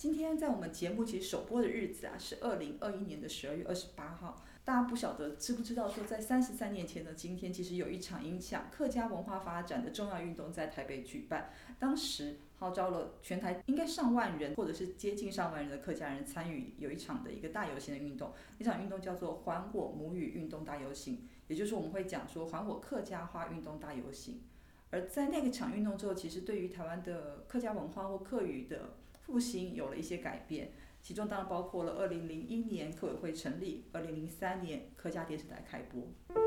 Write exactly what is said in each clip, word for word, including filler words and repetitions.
今天在我们节目其实首播的日子啊是二零二一年的十二月二十八号。大家不晓得知不知道说，在三十三年前的今天，其实有一场影响客家文化发展的重要运动在台北举办。当时号召了全台应该上万人，或者是接近上万人的客家人参与有一场的一个大游行的运动。那场运动叫做还我母语运动大游行，也就是我们会讲说还我客家话运动大游行。而在那个场运动之后，其实对于台湾的客家文化或客语的复兴有了一些改变，其中当然包括了二零零一年客委会成立，二零零三年客家电视台开播。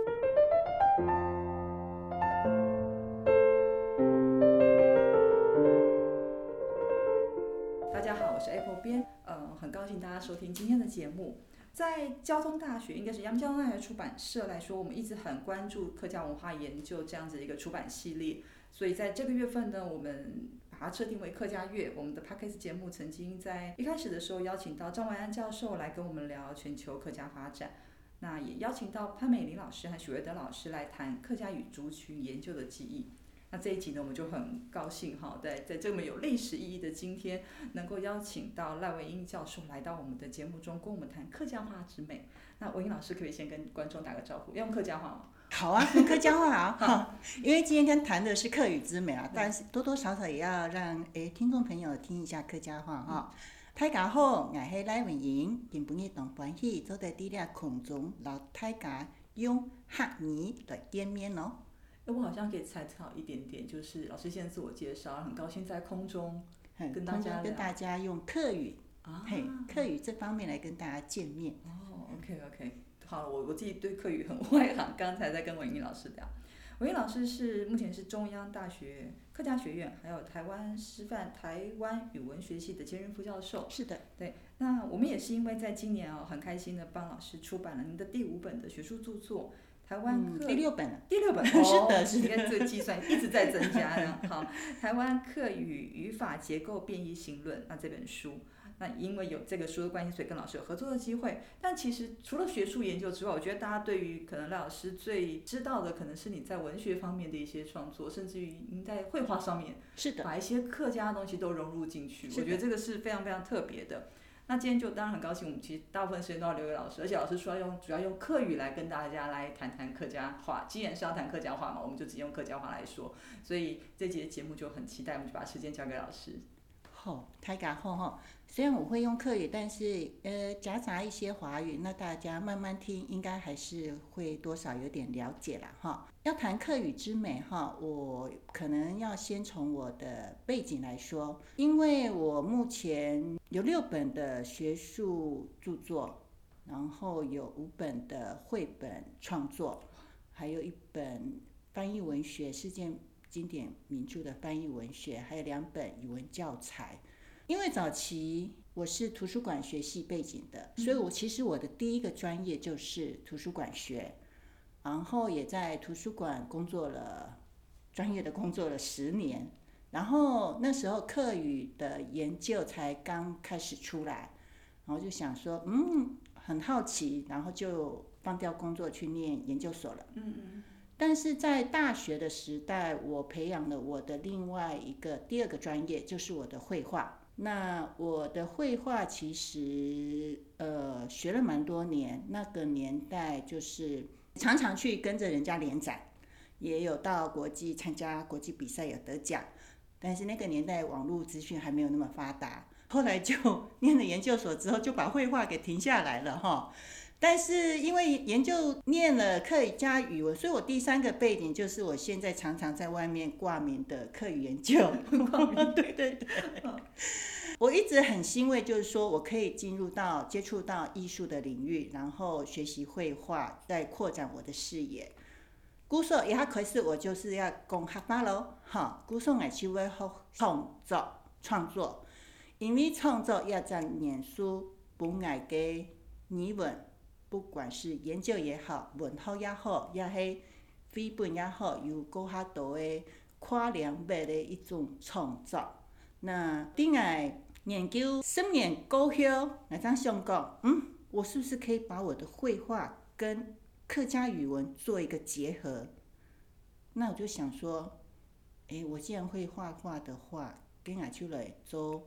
大家好，我是 Apple 编，呃，很高兴大家收听今天的节目。在交通大学，应该是阳明交通大学出版社来说，我们一直很关注客家文化研究这样子的一个出版系列，所以在这个月份呢，我们把它设定为客家月。我们的 Podcast 节目曾经在一开始的时候邀请到张维安教授来跟我们聊全球客家发展，那也邀请到潘美玲老师和许维德老师来谈客家语族群研究的记忆。那这一集呢，我们就很高兴哈，在在这么有历史意义的今天，能够邀请到赖维英教授来到我们的节目中，跟我们谈客家话之美。那维英老师可以先跟观众打个招呼，要用客家话吗？ 好啊，用客家话啊，因为今天谈的是客语之美啊，但是多多少少也要让诶听众朋友听一下客家话哈。大家好，我是赖维英，今晡日同欢喜坐在这里空中，老大家用客语来见面哦。 我好像可以猜测一点点，就是老师先自我介绍，很高兴在空中跟大家聊， 跟大家用客语， 啊， 嘿，客语这方面来跟大家见面。 哦 ，OK OK， 好，我我自己对客语很外行，刚才在跟文英老师聊。文英老师是目前是中央大学客家学院，还有台湾师范台湾语文学系的兼任副教授。 是的， 对。那我们也是因为在今年哦，很开心的帮老师出版了您的第五本的学术著作。台湾客、 嗯、第六本了， 第六本，哦、 是的，是的。 你看这个计算一直在增加呢。好，台湾客语语法结构变异型论，那这本书，那因为有这个书的关系，所以跟老师有合作的机会。但其实除了学术研究之外，我觉得大家对于可能赖老师最知道的，可能是你在文学方面的一些创作，甚至于您在绘画上面， 是的， 把一些客家的东西都融入进去。我觉得这个是非常非常特别的。那今天就当然很高兴，我们其实大部分时间都要留给老师，而且老师说要用主要用客语来跟大家来谈谈客家话。既然是要谈客家话嘛，我们就只用客家话来说。所以这节节目就很期待，我们就把时间交给老师。 好，大家好哈。虽然我会用客语，但是呃夹杂一些华语，那大家慢慢听，应该还是会多少有点了解啦哈。要谈客语之美哈，我可能要先从我的背景来说，因为我目前有六本的学术著作，然后有五本的绘本创作，还有一本翻译文学世界经典名著的翻译文学，还有两本语文教材。因为早期我是图书馆学系背景的，所以我其实我的第一个专业就是图书馆学，然后也在图书馆工作了，专业的工作了十年。然后那时候客语的研究才刚开始出来，然后就想说，嗯，很好奇，然后就放掉工作去念研究所了。 嗯嗯。 但是在大学的时代，我培养了我的另外一个第二个专业，就是我的绘画。那我的绘画其实呃学了蛮多年，那个年代就是常常去跟着人家联展，也有到国际参加国际比赛有得奖，但是那个年代网络资讯还没有那么发达，后来就念了研究所之后就把绘画给停下来了哈。但是因为研究念了客语加语文，所以我第三个背景就是我现在常常在外面挂名的客语研究。对对对，我一直很欣慰，就是说我可以进入到接触到艺术的领域，然后学习绘画，再扩展我的视野。古说也可是我就是要讲客家咯，哈，古说我就会创作创作，因为创作要在念书，本来的语文。不管是研究也好，文学也好，也是绘本也好，有够较多的跨两辈的一种创作。那顶下研究十年过后，我才想讲，嗯，我是不是可以把我的绘画跟客家语文做一个结合？那我就想说，诶，我既然会画画的话，跟我就来做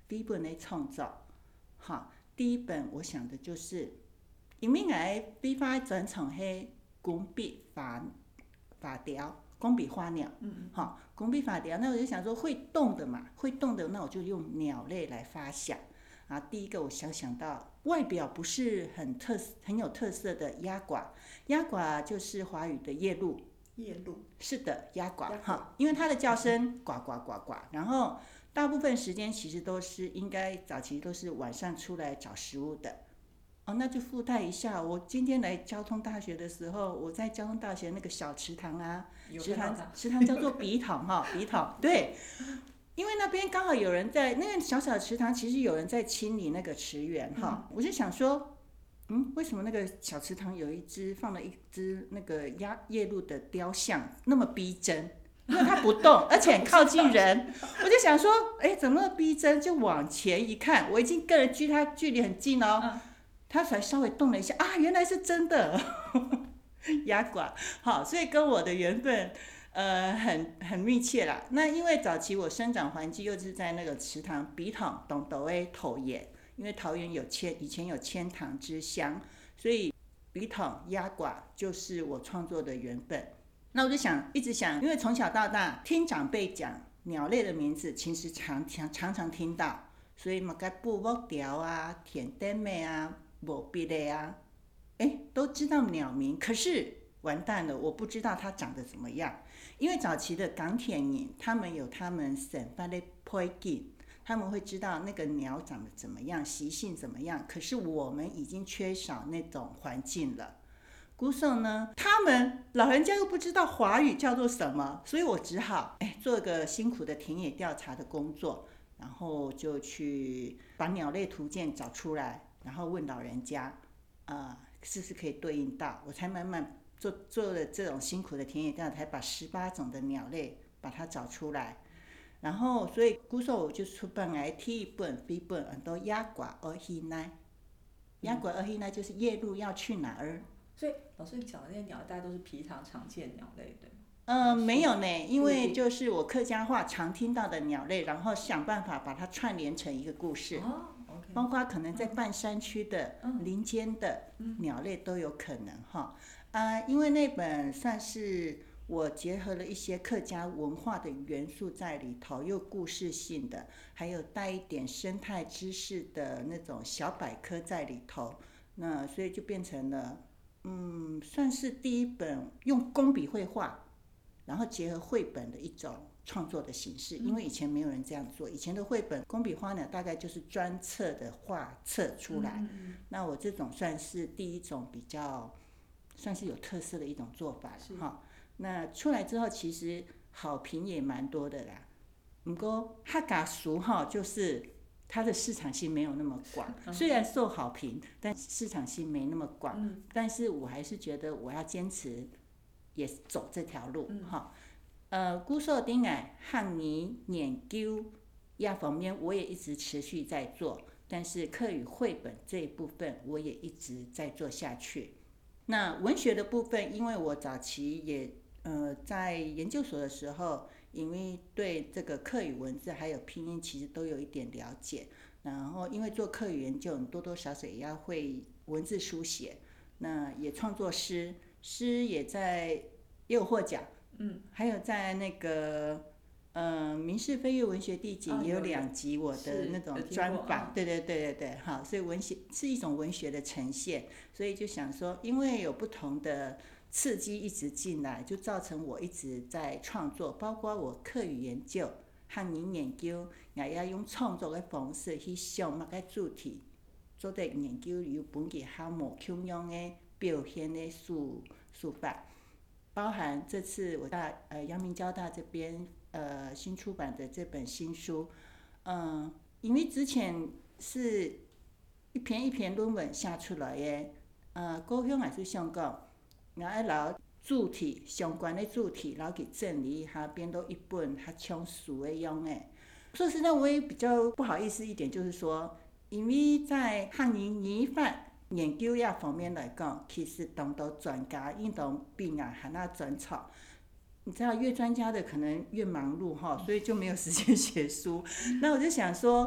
第一本的创造，好，第一本我想的就是，因为我笔法专从迄工笔法法条，工笔花鸟， 嗯好，工笔法条，那我就想说会动的嘛，会动的，那我就用鸟类来发想。啊，第一个我想想到外表不是很特很有特色的鸭寡，鸭寡就是华语的夜鹭。 夜鹭。 是的，鸭寡哈，因为它的叫声呱呱呱呱，然后大部分时间其实都是应该早期都是晚上出来找食物的。哦，那就附带一下，我今天来交通大学的时候，我在交通大学那个小池塘啊，池塘池塘叫做笔筒哈，笔筒对。因为那边刚好有人在那个小小的池塘，其实有人在清理那个池源哈、嗯，我就想说，嗯，为什么那个小池塘有一只放了一只那个鸭夜鹭的雕像，那么逼真？因为它不动，而且很靠近人，我就想说，哎，怎么那么逼真？就往前一看，我已经跟人距它距离很近哦，它才稍微动了一下啊，原来是真的鸭寡，好，所以跟我的缘分。呃，很很密切啦。那因为早期我生长环境又是在那个池塘笔筒东斗的桃园，因为桃园有千以前有千塘之乡，所以笔筒鸭寡就是我创作的原本。那我就想一直想，因为从小到大听长辈讲鸟类的名字，其实常常常常听到，所以嘛该布木条啊、田灯妹啊、无笔的啊，哎，都知道鸟名，可是完蛋了，我不知道它长得怎么样。因为早期的港铁人，他们有他们审判的配景，他们会知道那个鸟长得怎么样，习性怎么样。可是我们已经缺少那种环境了。姑送呢，他们老人家又不知道华语叫做什么，所以我只好哎做一个辛苦的田野调查的工作，然后就去把鸟类图鉴找出来，然后问老人家，呃，是不是可以对应到，我才慢慢。做做了这种辛苦的田野调查，才把十八种的鸟类把它找出来，然后所以古时候我就出版来第一本、第一本很多鸭寡而希奈，鸭寡而希奈就是夜鹭要去哪儿。 所以老师你讲的那些鸟，大家都是平常常见鸟类，对吗？ 呃，没有呢，因为就是我客家话常听到的鸟类，然后想办法把它串联成一个故事。 哦 okay、 包括可能在半山区的、 嗯、 林间的鸟类都有可能哈。啊，因为那本算是我结合了一些客家文化的元素在里头，又故事性的，还有带一点生态知识的那种小百科在里头，那所以就变成了，嗯，算是第一本用工笔绘画，然后结合绘本的一种创作的形式，因为以前没有人这样做，以前的绘本工笔花鸟大概就是专册的画册出来，那我这种算是第一种比较。算是有特色的一种做法了哈。那出来之后，其实好评也蛮多的啦。不过客家俗哈，就是它的市场性没有那么广，虽然受好评，但市场性没那么广。嗯、但是我还是觉得我要坚持，也走这条路哈。嗯、呃，古寿丁哎，汉语研究呀方面，我也一直持续在做，但是客语绘本这一部分，我也一直在做下去。那文学的部分，因为我早期也呃在研究所的时候，因为对这个客语文字还有拼音其实都有一点了解，然后因为做客语研究，你多多少少也要会文字书写，那也创作诗，诗也在也有获奖，嗯，还有在那个呃民视飞跃文学地景也有两集我的那种专访，对对对对对，好，所以文学是一种文学的呈现，所以就想说，因为有不同的刺激一直进来，就造成我一直在创作，包括我客语研究、汉语研究，也要用创作的方式去想某个主题，做在研究有本地项目腔样的表现的书书法，包含这次我在呃阳明交大这边呃新出版的这本新书，嗯，因为之前是一篇一篇论文写出来的，呃，高雄也是想讲，然后留主题相关的主题，然后去整理一下，编到一本较像书的样的。说实在，我也比较不好意思一点，就是说，因为在汉语语法研究呀方面来讲，其实当到专家，应当比啊还那专草。你知道，越专家的可能越忙碌哈，所以就没有时间写书。那我就想说，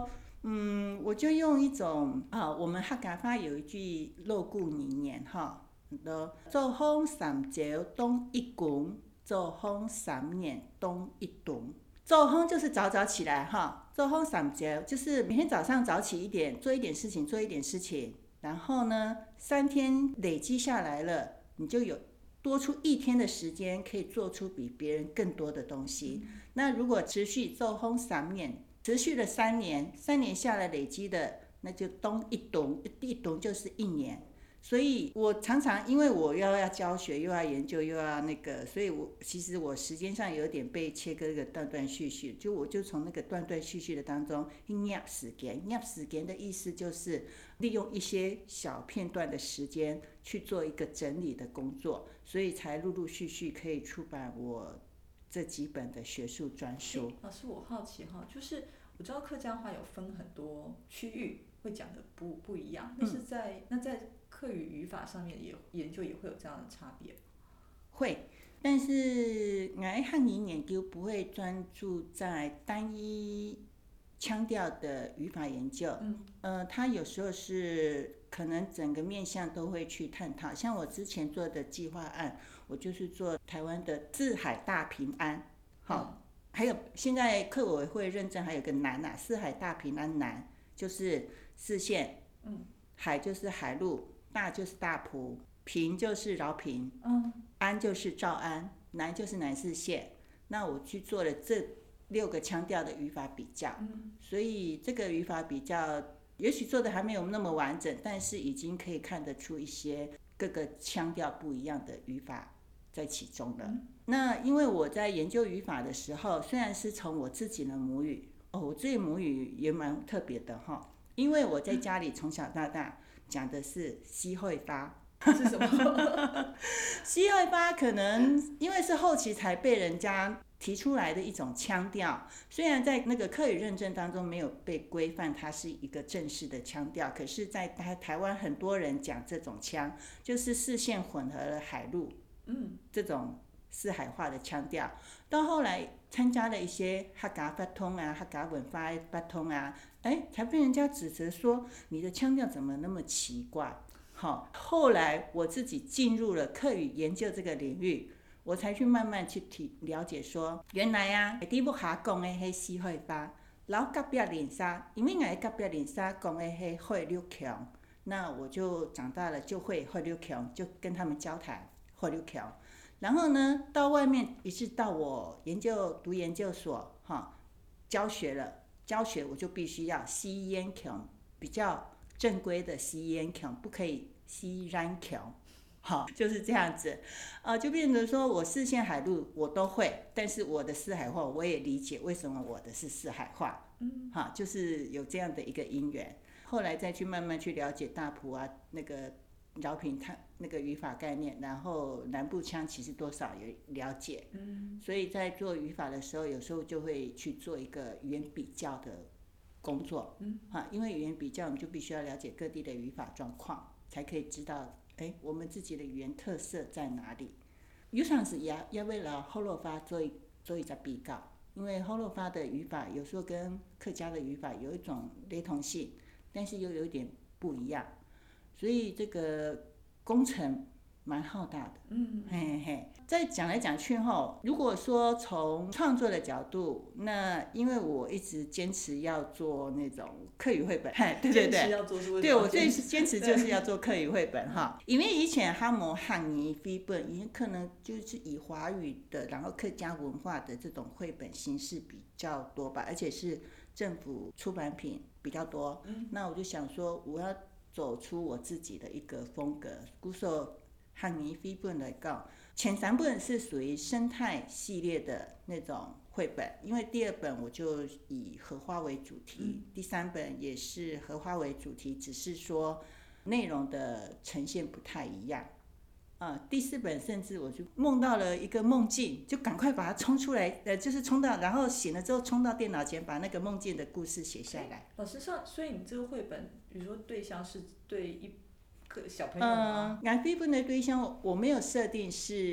嗯，我就用一种啊，我们客家话有一句落句名言哈，都做风三朝冬一滚，做风三年冬一顿。做风就是早早起来哈，做风三朝就是每天早上早起一点，做一点事情，做一点事情，然后呢，三天累积下来了，你就有多出一天的时间，可以做出比别人更多的东西。嗯、那如果持续做风三年，持续了三年，三年下来累积的，那就冬一冬，一冬就是一年。所以我常常因为我又要教学，又要研究，又要那个，所以我其实我时间上有点被切割个断断续续，就我就从那个断断续续的当中压时间，压时间的意思就是利用一些小片段的时间去做一个整理的工作，所以才陆陆续续可以出版我这几本的学术专书。 老师，我好奇哈，就是我知道客家话有分很多区域，会讲的不不一样，但是在、嗯、那在客语语法上面也研究也会有这样的差别。 会，但是我的汉语研究不会专注在单一腔调的语法研究，嗯，呃，它有时候是可能整个面向都会去探讨。像我之前做的计划案，我就是做台湾的四海大平安，好、嗯，还有现在客委会认证还有个南啊，四海大平安南就是四县，嗯，海就是海陆。大就是大埔，平就是饶平，嗯，安就是诏安，南就是南四县。那我去做了这六个腔调的语法比较，嗯，所以这个语法比较，也许做的还没有那么完整，但是已经可以看得出一些各个腔调不一样的语法在其中了。嗯、那因为我在研究语法的时候，虽然是从我自己的母语，哦，我自己母语也蛮特别的哈，因为我在家里从小到大。讲的是西会发是什么？ 西会发可能因为是后期才被人家提出来的一种腔调，虽然在那个客语认证当中没有被规范它是一个正式的腔调，可是在台台湾很多人讲这种腔，就是四县混合了海陆，嗯，这种四海话的腔调。到后来参加了一些客家发通啊、客家文化发通啊，哎，才被人家指责说你的腔调怎么那么奇怪。好，后来我自己进入了客语研究这个领域，我才去慢慢去体了解说，原来啊，底部下讲的迄四会发，然后隔壁连沙，因为我隔壁连沙讲的迄会六强，那我就长大了就会会六强，就跟他们交谈会六强。然后呢，到外面于是到我研究读研究所哈，教学了，教学我就必须要西烟强，比较正规的西烟强，不可以西然强，好，就是这样子，呃，就变成说我四县海陆我都会，但是我的四海话我也理解为什么我的是四海话，嗯，好，就是有这样的一个因缘。后来再去慢慢去了解大埔啊那个。饶平它那个语法概念，然后南部腔其实多少有了解，嗯，所以在做语法的时候，有时候就会去做一个语言比较的工作，嗯，啊，因为语言比较，我们就必须要了解各地的语法状况，才可以知道，哎，我们自己的语言特色在哪里。有时候也要为了后落发做一做一个比较，因为后落发的语法有时候跟客家的语法有一种雷同性，但是又有一点不一样。所以这个工程蛮浩大的，嗯，嘿嘿。再讲来讲去后，如果说从创作的角度，那因为我一直坚持要做那种客语绘本，对对对，对我最坚持就是要做客语绘本哈。因为以前哈冇汉语绘本，也可能就是以华语的，然后客家文化的这种绘本形式比较多吧，而且是政府出版品比较多。嗯，那我就想说，我要走出我自己的一个风格。故说汉语绘本来讲，前三本是属于生态系列的那种绘本，因为第二本我就以荷花为主题，嗯、第三本也是荷花为主题，只是说内容的呈现不太一样。呃，第四本甚至我就梦到了一个梦境，就赶快把它冲出来，呃，就是冲到，然后醒了之后冲到电脑前，把那个梦境的故事写下来。 老师上，所以你这个绘本，比如说对象是对一个小朋友吗？ 嗯，俺绘本的对象我没有设定是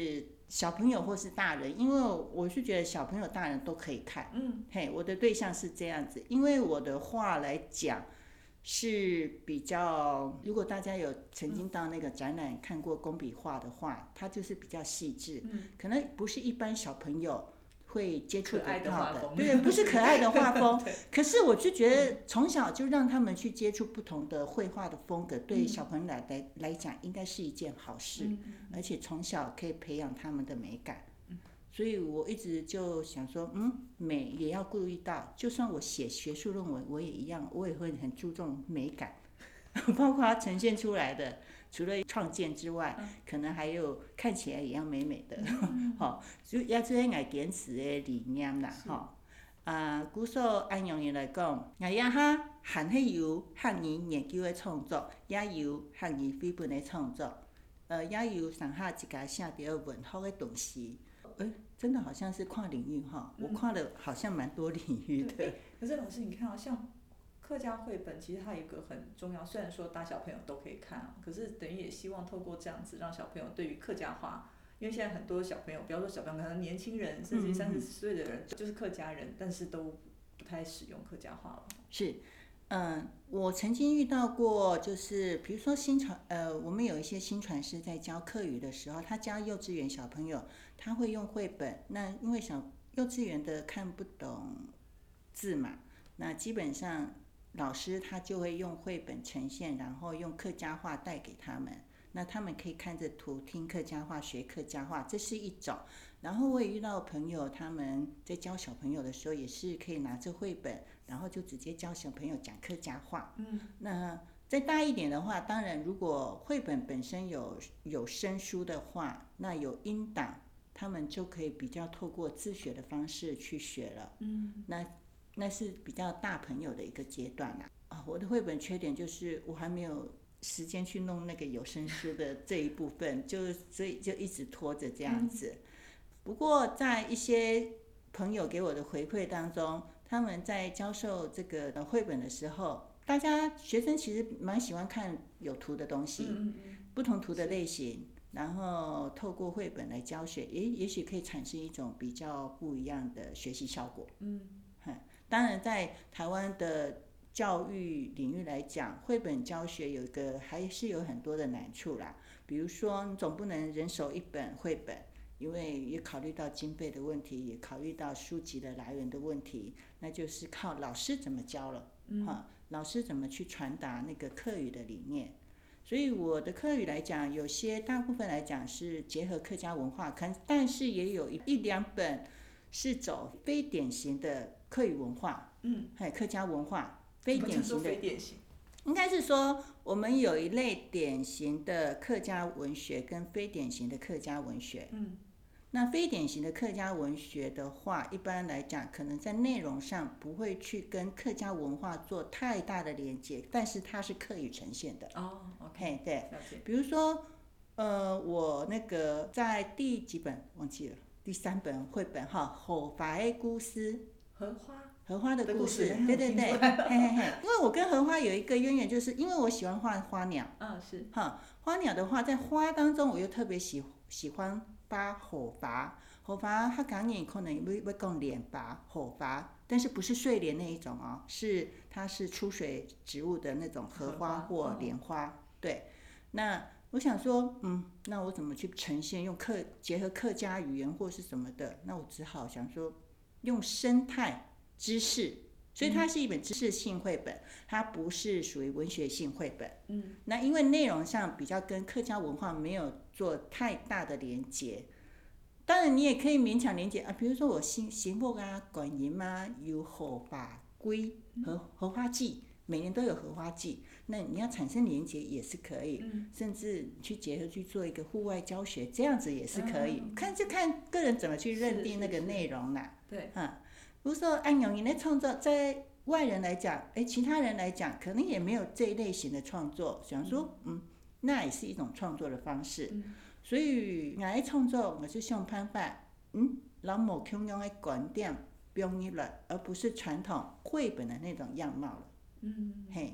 小朋友或是大人，因为我是觉得小朋友大人都可以看， 嗯， 嘿，我的对象是这样子，因为我的画来讲是比较，如果大家有曾经到那个展览看过工笔画的话，它就是比较细致， 嗯， 可能不是一般小朋友会接触得到的， 对，不是可爱的画风。可是我就觉得从小就让他们去接触不同的绘画的风格，对小朋友来来来讲应该是一件好事， 嗯， 而且从小可以培养他们的美感。所以我一直就想说，嗯，美也要顾虑到，就算我写学术论文，我也一样，我也会很注重美感，包括它呈现出来的，除了创建之外，嗯、可能还有看起来也要美美的，好、嗯，就也做爱坚持的理念啦，哈。啊，古时候按用言来讲，我也哈含迄有汉语研究的创作，也有汉语绘本的创作，呃，也有上下一家写到文学的东西。哎，真的好像是跨领域哈，我跨了好像蛮多领域的。 嗯、可是老师，你看啊，像客家绘本，其实它有一个很重要，虽然说大小朋友都可以看啊，可是等于也希望透过这样子，让小朋友对于客家话，因为现在很多小朋友，不要说小朋友，可能年轻人，甚至三十岁的人，嗯、就是客家人，但是都不太使用客家话了。 是。嗯，我曾经遇到过，就是比如说新传，呃，我们有一些新传师在教客语的时候，他教幼稚园小朋友，他会用绘本。那因为小幼稚园的看不懂字嘛，那基本上老师他就会用绘本呈现，然后用客家话带给他们。那他们可以看着图听客家话，学客家话，这是一种。然后我也遇到朋友，他们在教小朋友的时候，也是可以拿着绘本，然后就直接教小朋友讲客家话。 嗯， 那再大一点的话，当然如果绘本本身有有声书的话，那有音档，他们就可以比较透过自学的方式去学了。 嗯， 那那是比较大朋友的一个阶段啦。啊，我的绘本缺点就是我还没有时间去弄那个有声书的这一部分，就所以就一直拖着这样子。嗯、不过在一些朋友给我的回馈当中，他们在教授这个绘本的时候，大家学生其实蛮喜欢看有图的东西， 嗯嗯不同图的类型，然后透过绘本来教学，也也许可以产生一种比较不一样的学习效果。 嗯， 当然在台湾的教育领域来讲，绘本教学有一个还是有很多的难处啦。比如说，你总不能人手一本绘本，因为也考虑到经费的问题，也考虑到书籍的来源的问题，那就是靠老师怎么教了， 嗯、 老师怎么去传达那个客语的理念。所以我的客语来讲，有些大部分来讲是结合客家文化，但是也有一两本是走非典型的客语文化， 嗯， 还有客家文化。非典型的， 非典型应该是说我们有一类典型的客家文学跟非典型的客家文学。 嗯， 那非典型的客家文学的话，一般来讲可能在内容上不会去跟客家文化做太大的连接，但是它是客语呈现的。 哦 ，OK， 对，比如说，呃，我那个在第几本忘记了，第三本绘本哈，荷花的故事， 荷花。 荷花的故事，对对对，嘿嘿嘿，因为我跟荷花有一个渊源，就是因为我喜欢画花鸟， 嗯是， 哈，花鸟的话，在花当中，我又特别喜喜欢把荷花，荷花它刚念可能会会讲莲花，荷花，但是不是睡莲那一种哦，是它是出水植物的那种荷花或莲花，哦、对，那我想说，嗯，那我怎么去呈现？用客结合客家语言或是什么的，那我只好想说用生态。知识，所以它是一本知识性绘本，它不是属于文学性绘本。 嗯， 那因为内容上比较跟客家文化没有做太大的连结，当然你也可以勉强连结啊，比如说我新新木啊、观音啊，有荷花龟和荷花季，每年都有荷花季，那你要产生连结也是可以， 嗯、 甚至去结合去做一个户外教学，这样子也是可以。嗯、看就看个人怎么去认定那个内容啦。 对， 嗯。比如说按用音的创作，在外人来讲，哎，其他人来讲，可能也没有这一类型的创作，想说，嗯，那也是一种创作的方式。 嗯、 所以，我的创作我是想办法，嗯，老某同样的观点表入来，而不是传统绘本的那种样貌了。 嗯， 嘿，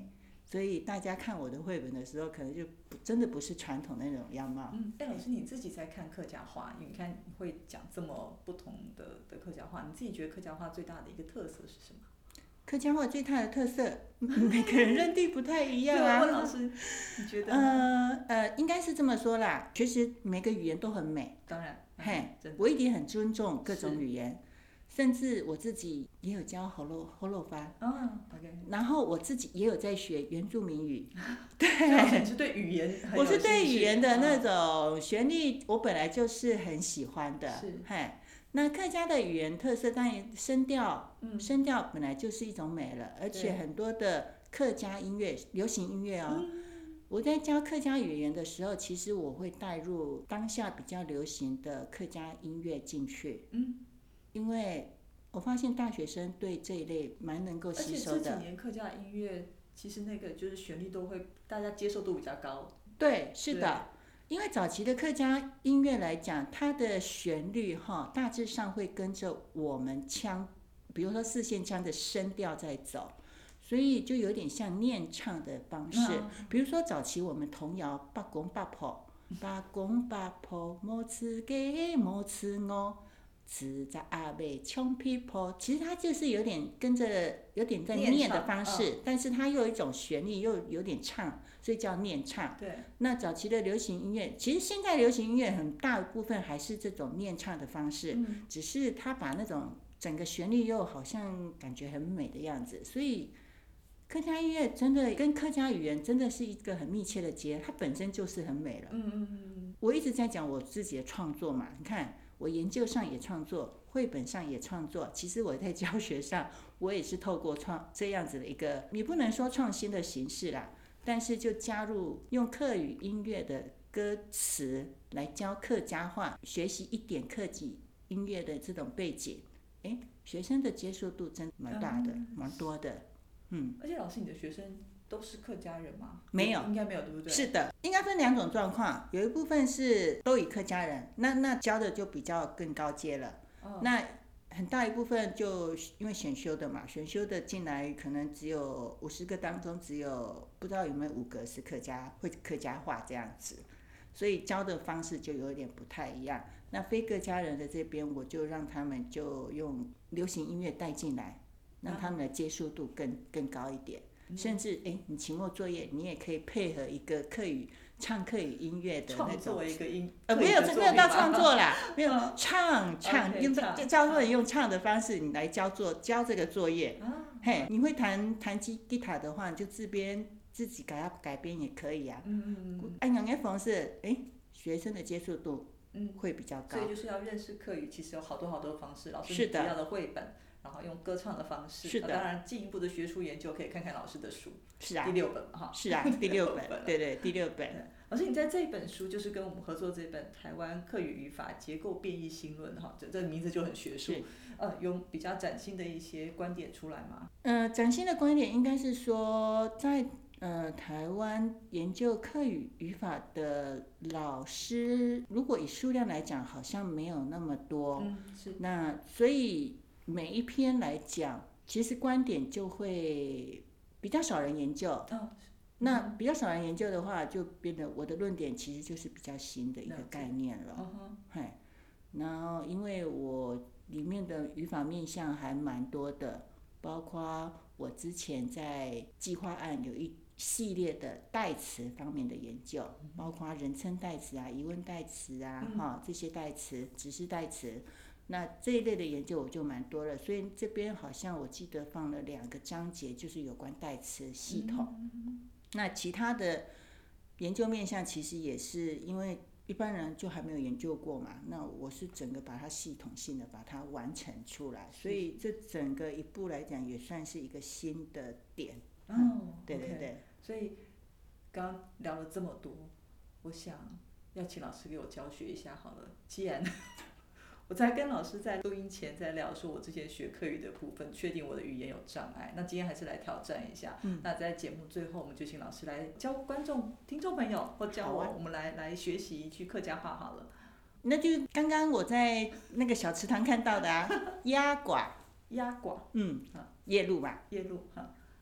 所以大家看我的绘本的时候，可能就不真的不是传统的那种样貌。 嗯，哎，老师你自己在看客家话，你看你会讲这么不同的的客家话，你自己觉得客家话最大的一个特色是什么？ 客家话最大的特色，每个人认定不太一样啊。 问老师，你觉得？ 呃呃，应该是这么说啦。其实每个语言都很美。 当然， 嘿， 真的我一定很尊重各种语言，甚至我自己也有教喉咙喉咙发。 哦，OK。 然后我自己也有在学原住民语。对， 你是对语言很有兴趣。 我是对语言的那种旋律，我本来就是很喜欢的。 是。 嘿。那客家的语言特色，当然声调，嗯、声调本来就是一种美了，而且很多的客家音乐、流行音乐哦。嗯、我在教客家语言的时候，其实我会带入当下比较流行的客家音乐进去。嗯，因为我发现大学生对这一类蛮能够吸收的。 而且这几年客家音乐其实那个就是旋律都会，大家接受度比较高。 对，是的。因为早期的客家音乐来讲，它的旋律哈大致上会跟着我们腔，比如说四线腔的声调在走，所以就有点像念唱的方式。嗯、比如说早期我们童谣《八公八婆》，八公八婆冇吃鸡冇吃鹅，吃在阿妹穷皮婆，其实它就是有点跟着有点在念的方式，嗯、但是它又有一种旋律，又有点唱。所以叫念唱。 对。 那早期的流行音乐，其实现在流行音乐很大部分还是这种念唱的方式，嗯、只是他把那种整个旋律又好像感觉很美的样子。所以客家音乐真的跟客家语言真的是一个很密切的结，它本身就是很美了。嗯嗯嗯。我一直在讲我自己的创作嘛，你看我研究上也创作，绘本上也创作，其实我在教学上我也是透过创这样子的一个，你不能说创新的形式啦。但是就加入用客语音乐的歌词来教客家话，学习一点客籍音乐的这种背景，哎，学生的接受度真蛮大的，嗯、蛮多的，嗯。 而且老师，你的学生都是客家人吗？ 没有， 应该没有，对不对？ 是的，应该分两种状况，有一部分是都以客家人，那那教的就比较更高阶了，哦、那。很大一部分就因为选修的嘛，选修的进来可能只有五十个当中只有不知道有没有五个是客家会客家话这样子，所以教的方式就有点不太一样。那非客家人的这边，我就让他们就用流行音乐带进来，让他们的接受度更更高一点。嗯、甚至哎，你期末作业你也可以配合一个客语唱客语音乐的那种， 创作一个音， 呃，没有没有到创作啦，没有唱唱，用教作人用唱的方式，你来教作教这个作业。啊、嘿，你会弹弹吉吉他的话，你就自编自己给它改编也可以啊。嗯嗯嗯。按两个方式，哎，学生的接受度会比较高。 所以就是要认识客语，其实有好多好多方式，老师主要的绘本。然后用歌唱的方式， 是的。 当然进一步的学术研究可以看看老师的书， 是啊， 第六本哈， 是啊，第六本，对对，第六本。 老师，你在这一本书就是跟我们合作这本《台湾客语语法结构变异新论》哈，这这名字就很学术，呃，有比较崭新的一些观点出来吗？ 呃，崭新的观点应该是说，在呃台湾研究客语语法的老师，如果以数量来讲，好像没有那么多，嗯，是。那所以。每一篇来讲，其实观点就会比较少人研究。哦、那比较少人研究的话，就变得我的论点其实就是比较新的一个概念了。嗯、嘿，然后因为我里面的语法面向还蛮多的，包括我之前在计划案有一系列的代词方面的研究，包括人称代词啊、疑问代词啊、嗯、哈这些代词、指示代词。那这一类的研究我就蛮多了，所以这边好像我记得放了两个章节，就是有关代词系统。嗯、那其他的研究面向其实也是因为一般人就还没有研究过嘛，那我是整个把它系统性的把它完成出来，所以这整个一步来讲也算是一个新的点。 哦、嗯， 对对对。 Okay. 所以刚刚聊了这么多，我想要请老师给我教学一下好了，既然。我在跟老师在录音前在聊说我之前学客语的部分，确定我的语言有障碍，那今天还是来挑战一下。嗯、那在节目最后，我们就请老师来教观众、听众朋友或教我，啊、我们来来学习一句客家话好了。 那就刚刚我在那个小池塘看到的啊，鸭寡。 鸭寡。 嗯，夜路吧。 夜路哈。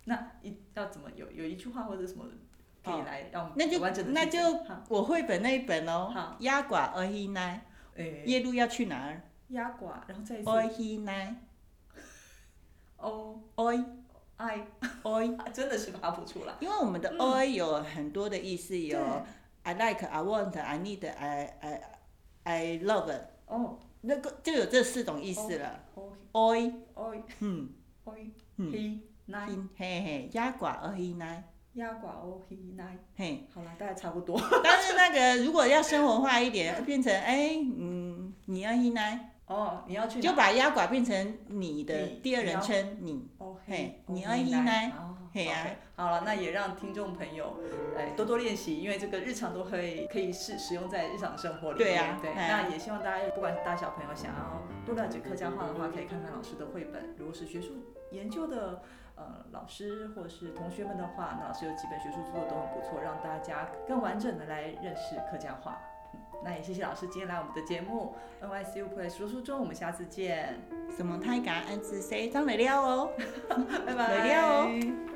那一要怎么有有一句话或者什么可以来让那就完整的那就我绘本那一本哦，鸭寡儿希奈，夜路要去哪儿？ 鸭寡，然后再一次。 儿希奈。 哦。 爱。 爱。 爱。 真的是把它谱出来。 因为我们的爱有很多的意思，有 I like, I want, I need, I I I love。 哦。 那个就有这四种意思了。 愛。 愛。嗯。 愛。希奈。 嘿嘿，鸭寡儿希奈。 鸭寡哦希奈。 嘿。 好了，大概差不多。 但是那个如果要生活化一点，变成哎嗯，你儿希奈。 哦，你要去哪？ 就把鸭寡变成你的第二人称你。 哦嘿。你儿希奈。 嘿啊。好了，那也让听众朋友哎多多练习，因为这个日常都会可以使使用在日常生活里面。 对啊。 对。那也希望大家不管是大小朋友想要多了解客家话的话，可以看看老师的绘本。如果是学术研究的呃老师或是同学们的话，那老师有几本学术做的都很不错，让大家更完整的来认识客家话。那也谢谢老师今天来我们的节目 N Y C U Play 说书中，我们下次见。 什么太感恩之谁当来了哦， 拜拜。 来了哦。